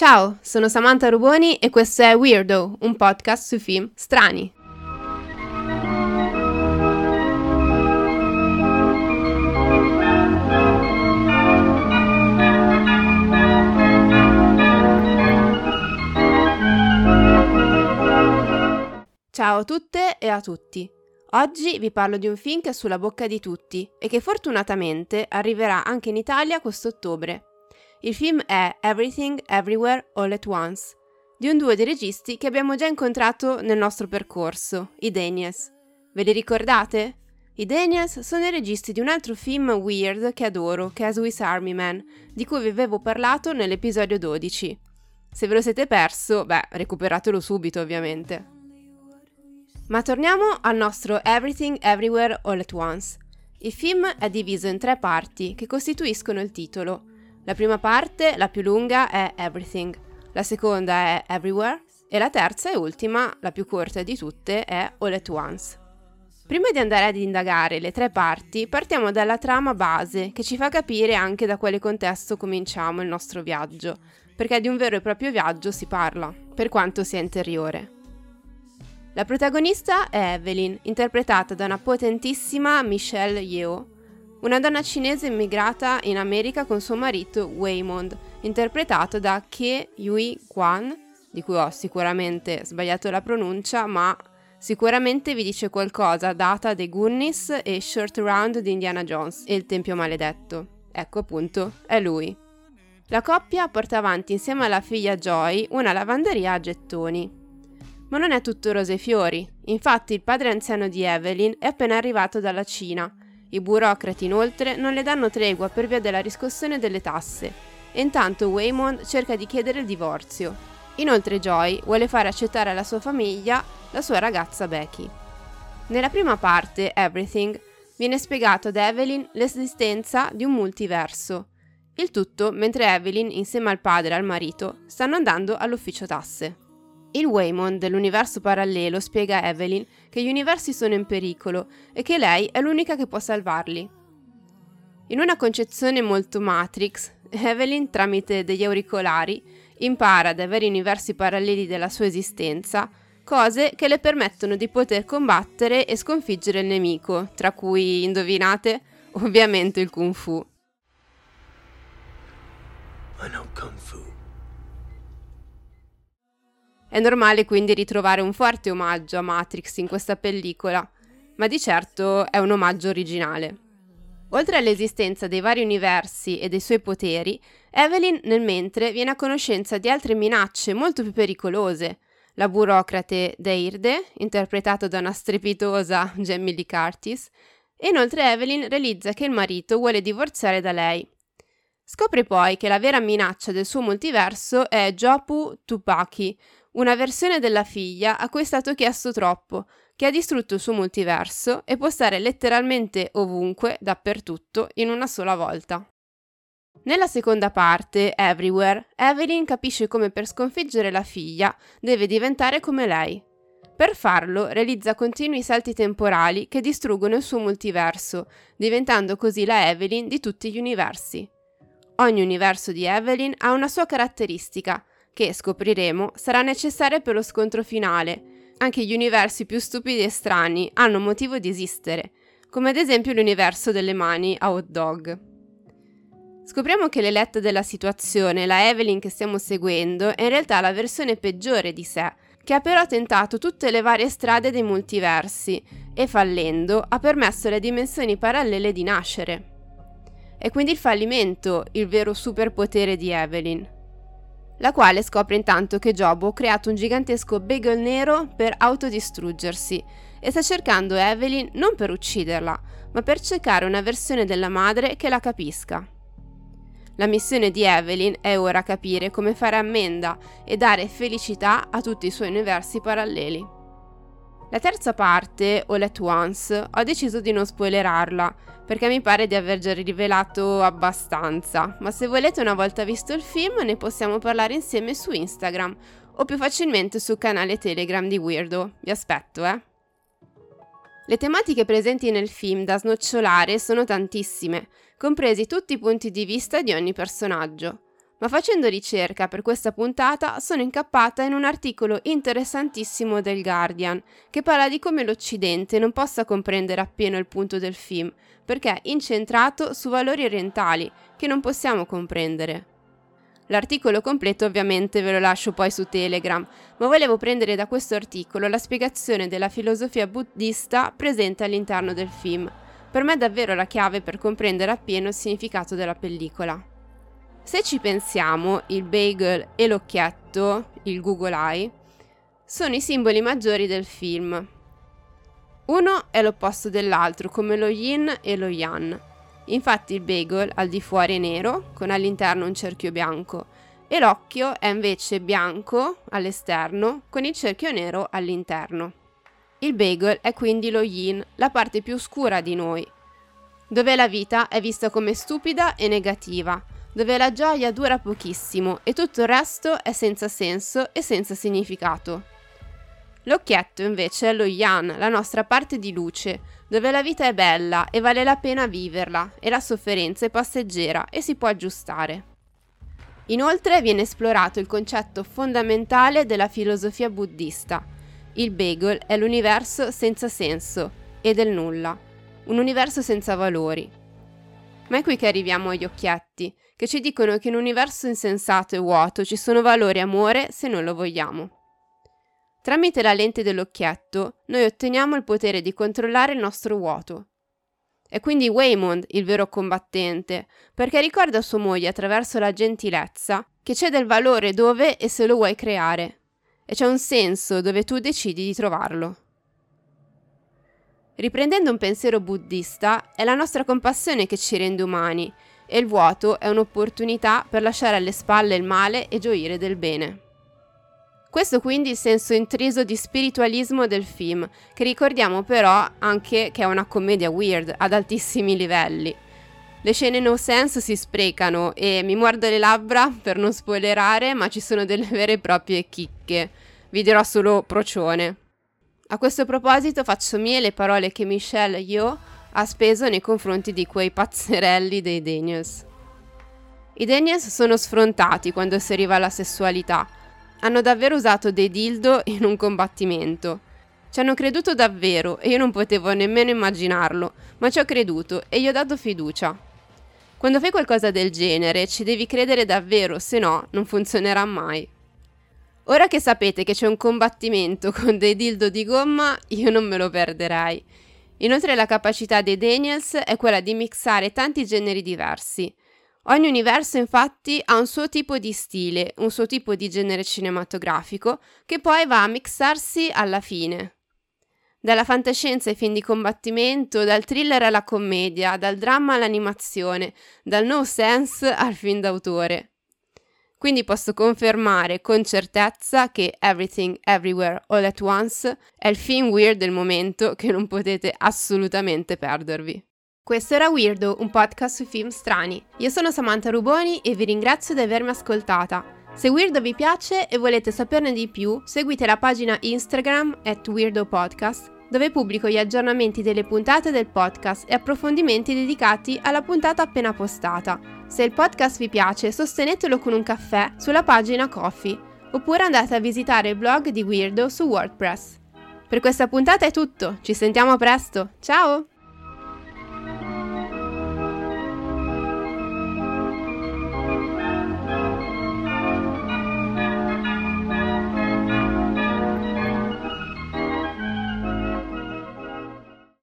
Ciao, sono Samantha Ruboni e questo è Weirdo, un podcast sui film strani. Ciao a tutte e a tutti. Oggi vi parlo di un film che è sulla bocca di tutti e che fortunatamente arriverà anche in Italia quest'ottobre. Il film è Everything, Everywhere, All at Once, di un duo di registi che abbiamo già incontrato nel nostro percorso, i Daniels. Ve li ricordate? I Daniels sono i registi di un altro film weird che adoro, che è Swiss Army Man, di cui vi avevo parlato nell'episodio 12. Se ve lo siete perso, recuperatelo subito ovviamente. Ma torniamo al nostro Everything, Everywhere, All at Once. Il film è diviso in 3 parti che costituiscono il titolo. La prima parte, la più lunga, è Everything, la seconda è Everywhere e la terza e ultima, la più corta di tutte, è All at Once. Prima di andare ad indagare le 3 parti, partiamo dalla trama base che ci fa capire anche da quale contesto cominciamo il nostro viaggio, perché di un vero e proprio viaggio si parla, per quanto sia interiore. La protagonista è Evelyn, interpretata da una potentissima Michelle Yeoh, una donna cinese immigrata in America con suo marito Waymond, interpretato da Ke Huy Quan, di cui ho sicuramente sbagliato la pronuncia, ma sicuramente vi dice qualcosa data The Goonies e Short Round di Indiana Jones e il Tempio Maledetto. Ecco appunto, è lui. La coppia porta avanti insieme alla figlia Joy una lavanderia a gettoni. Ma non è tutto rose e fiori, infatti il padre anziano di Evelyn è appena arrivato dalla Cina. I burocrati inoltre non le danno tregua per via della riscossione delle tasse e intanto Waymond cerca di chiedere il divorzio. Inoltre Joy vuole fare accettare alla sua famiglia la sua ragazza Becky. Nella prima parte, Everything, viene spiegato ad Evelyn l'esistenza di un multiverso. Il tutto mentre Evelyn, insieme al padre e al marito, stanno andando all'ufficio tasse. Il Waymond dell'universo parallelo spiega a Evelyn che gli universi sono in pericolo e che lei è l'unica che può salvarli. In una concezione molto Matrix, Evelyn, tramite degli auricolari, impara dai vari universi paralleli della sua esistenza cose che le permettono di poter combattere e sconfiggere il nemico, tra cui, indovinate, ovviamente il Kung Fu. I know Kung Fu. È normale quindi ritrovare un forte omaggio a Matrix in questa pellicola, ma di certo è un omaggio originale. Oltre all'esistenza dei vari universi e dei suoi poteri, Evelyn nel mentre viene a conoscenza di altre minacce molto più pericolose. La burocrate Deirde, interpretata da una strepitosa Jamie Lee Curtis, e inoltre Evelyn realizza che il marito vuole divorziare da lei. Scopre poi che la vera minaccia del suo multiverso è Jopu Tupaki, una versione della figlia a cui è stato chiesto troppo, che ha distrutto il suo multiverso e può stare letteralmente ovunque, dappertutto, in una sola volta. Nella seconda parte, Everywhere, Evelyn capisce come per sconfiggere la figlia deve diventare come lei. Per farlo, realizza continui salti temporali che distruggono il suo multiverso, diventando così la Evelyn di tutti gli universi. Ogni universo di Evelyn ha una sua caratteristica, che, scopriremo, sarà necessaria per lo scontro finale. Anche gli universi più stupidi e strani hanno motivo di esistere, come ad esempio l'universo delle mani a hot dog. Scopriamo che l'eletta della situazione, la Evelyn che stiamo seguendo, è in realtà la versione peggiore di sé, che ha però tentato tutte le varie strade dei multiversi e, fallendo, ha permesso alle dimensioni parallele di nascere. È quindi il fallimento il vero superpotere di Evelyn, la quale scopre intanto che Jobu ha creato un gigantesco bagel nero per autodistruggersi e sta cercando Evelyn non per ucciderla, ma per cercare una versione della madre che la capisca. La missione di Evelyn è ora capire come fare ammenda e dare felicità a tutti i suoi universi paralleli. La terza parte, All at Once, ho deciso di non spoilerarla, perché mi pare di aver già rivelato abbastanza, ma se volete una volta visto il film ne possiamo parlare insieme su Instagram o più facilmente sul canale Telegram di Weirdo. Vi aspetto, Le tematiche presenti nel film da snocciolare sono tantissime, compresi tutti i punti di vista di ogni personaggio. Ma facendo ricerca per questa puntata sono incappata in un articolo interessantissimo del Guardian che parla di come l'Occidente non possa comprendere appieno il punto del film perché è incentrato su valori orientali che non possiamo comprendere. L'articolo completo ovviamente ve lo lascio poi su Telegram, ma volevo prendere da questo articolo la spiegazione della filosofia buddista presente all'interno del film. Per me è davvero la chiave per comprendere appieno il significato della pellicola. Se ci pensiamo, il bagel e l'occhietto, il Google Eye, sono i simboli maggiori del film. Uno è l'opposto dell'altro, come lo yin e lo yang. Infatti il bagel al di fuori è nero, con all'interno un cerchio bianco, e l'occhio è invece bianco all'esterno, con il cerchio nero all'interno. Il bagel è quindi lo yin, la parte più scura di noi, dove la vita è vista come stupida e negativa, dove la gioia dura pochissimo e tutto il resto è senza senso e senza significato. L'occhietto invece è lo yang, la nostra parte di luce, dove la vita è bella e vale la pena viverla e la sofferenza è passeggera e si può aggiustare. Inoltre viene esplorato il concetto fondamentale della filosofia buddista. Il bagel è l'universo senza senso e del nulla, un universo senza valori. Ma è qui che arriviamo agli occhietti, che ci dicono che in un universo insensato e vuoto ci sono valori e amore se non lo vogliamo. Tramite la lente dell'occhietto noi otteniamo il potere di controllare il nostro vuoto. È quindi Waymond il vero combattente, perché ricorda a sua moglie attraverso la gentilezza che c'è del valore dove e se lo vuoi creare, e c'è un senso dove tu decidi di trovarlo. Riprendendo un pensiero buddista, è la nostra compassione che ci rende umani, e il vuoto è un'opportunità per lasciare alle spalle il male e gioire del bene. Questo quindi il senso intriso di spiritualismo del film, che ricordiamo però anche che è una commedia weird ad altissimi livelli. Le scene no sense si sprecano e mi mordo le labbra per non spoilerare, ma ci sono delle vere e proprie chicche. Vi dirò solo procione. A questo proposito faccio mie le parole che Michelle Yeoh ha speso nei confronti di quei pazzerelli dei Daniels. I Daniels sono sfrontati quando si arriva alla sessualità. Hanno davvero usato dei dildo in un combattimento. Ci hanno creduto davvero e io non potevo nemmeno immaginarlo, ma ci ho creduto e gli ho dato fiducia. Quando fai qualcosa del genere ci devi credere davvero, se no non funzionerà mai. Ora che sapete che c'è un combattimento con dei dildo di gomma, io non me lo perderei. Inoltre la capacità dei Daniels è quella di mixare tanti generi diversi. Ogni universo infatti ha un suo tipo di stile, un suo tipo di genere cinematografico, che poi va a mixarsi alla fine. Dalla fantascienza ai film di combattimento, dal thriller alla commedia, dal dramma all'animazione, dal no sense al film d'autore. Quindi posso confermare con certezza che Everything Everywhere All at Once è il film weird del momento che non potete assolutamente perdervi. Questo era Weirdo, un podcast sui film strani. Io sono Samantha Ruboni e vi ringrazio di avermi ascoltata. Se Weirdo vi piace e volete saperne di più, seguite la pagina Instagram @WeirdoPodcast, dove pubblico gli aggiornamenti delle puntate del podcast e approfondimenti dedicati alla puntata appena postata. Se il podcast vi piace, sostenetelo con un caffè sulla pagina Ko-fi, oppure andate a visitare il blog di Weirdo su WordPress. Per questa puntata è tutto, ci sentiamo presto, ciao!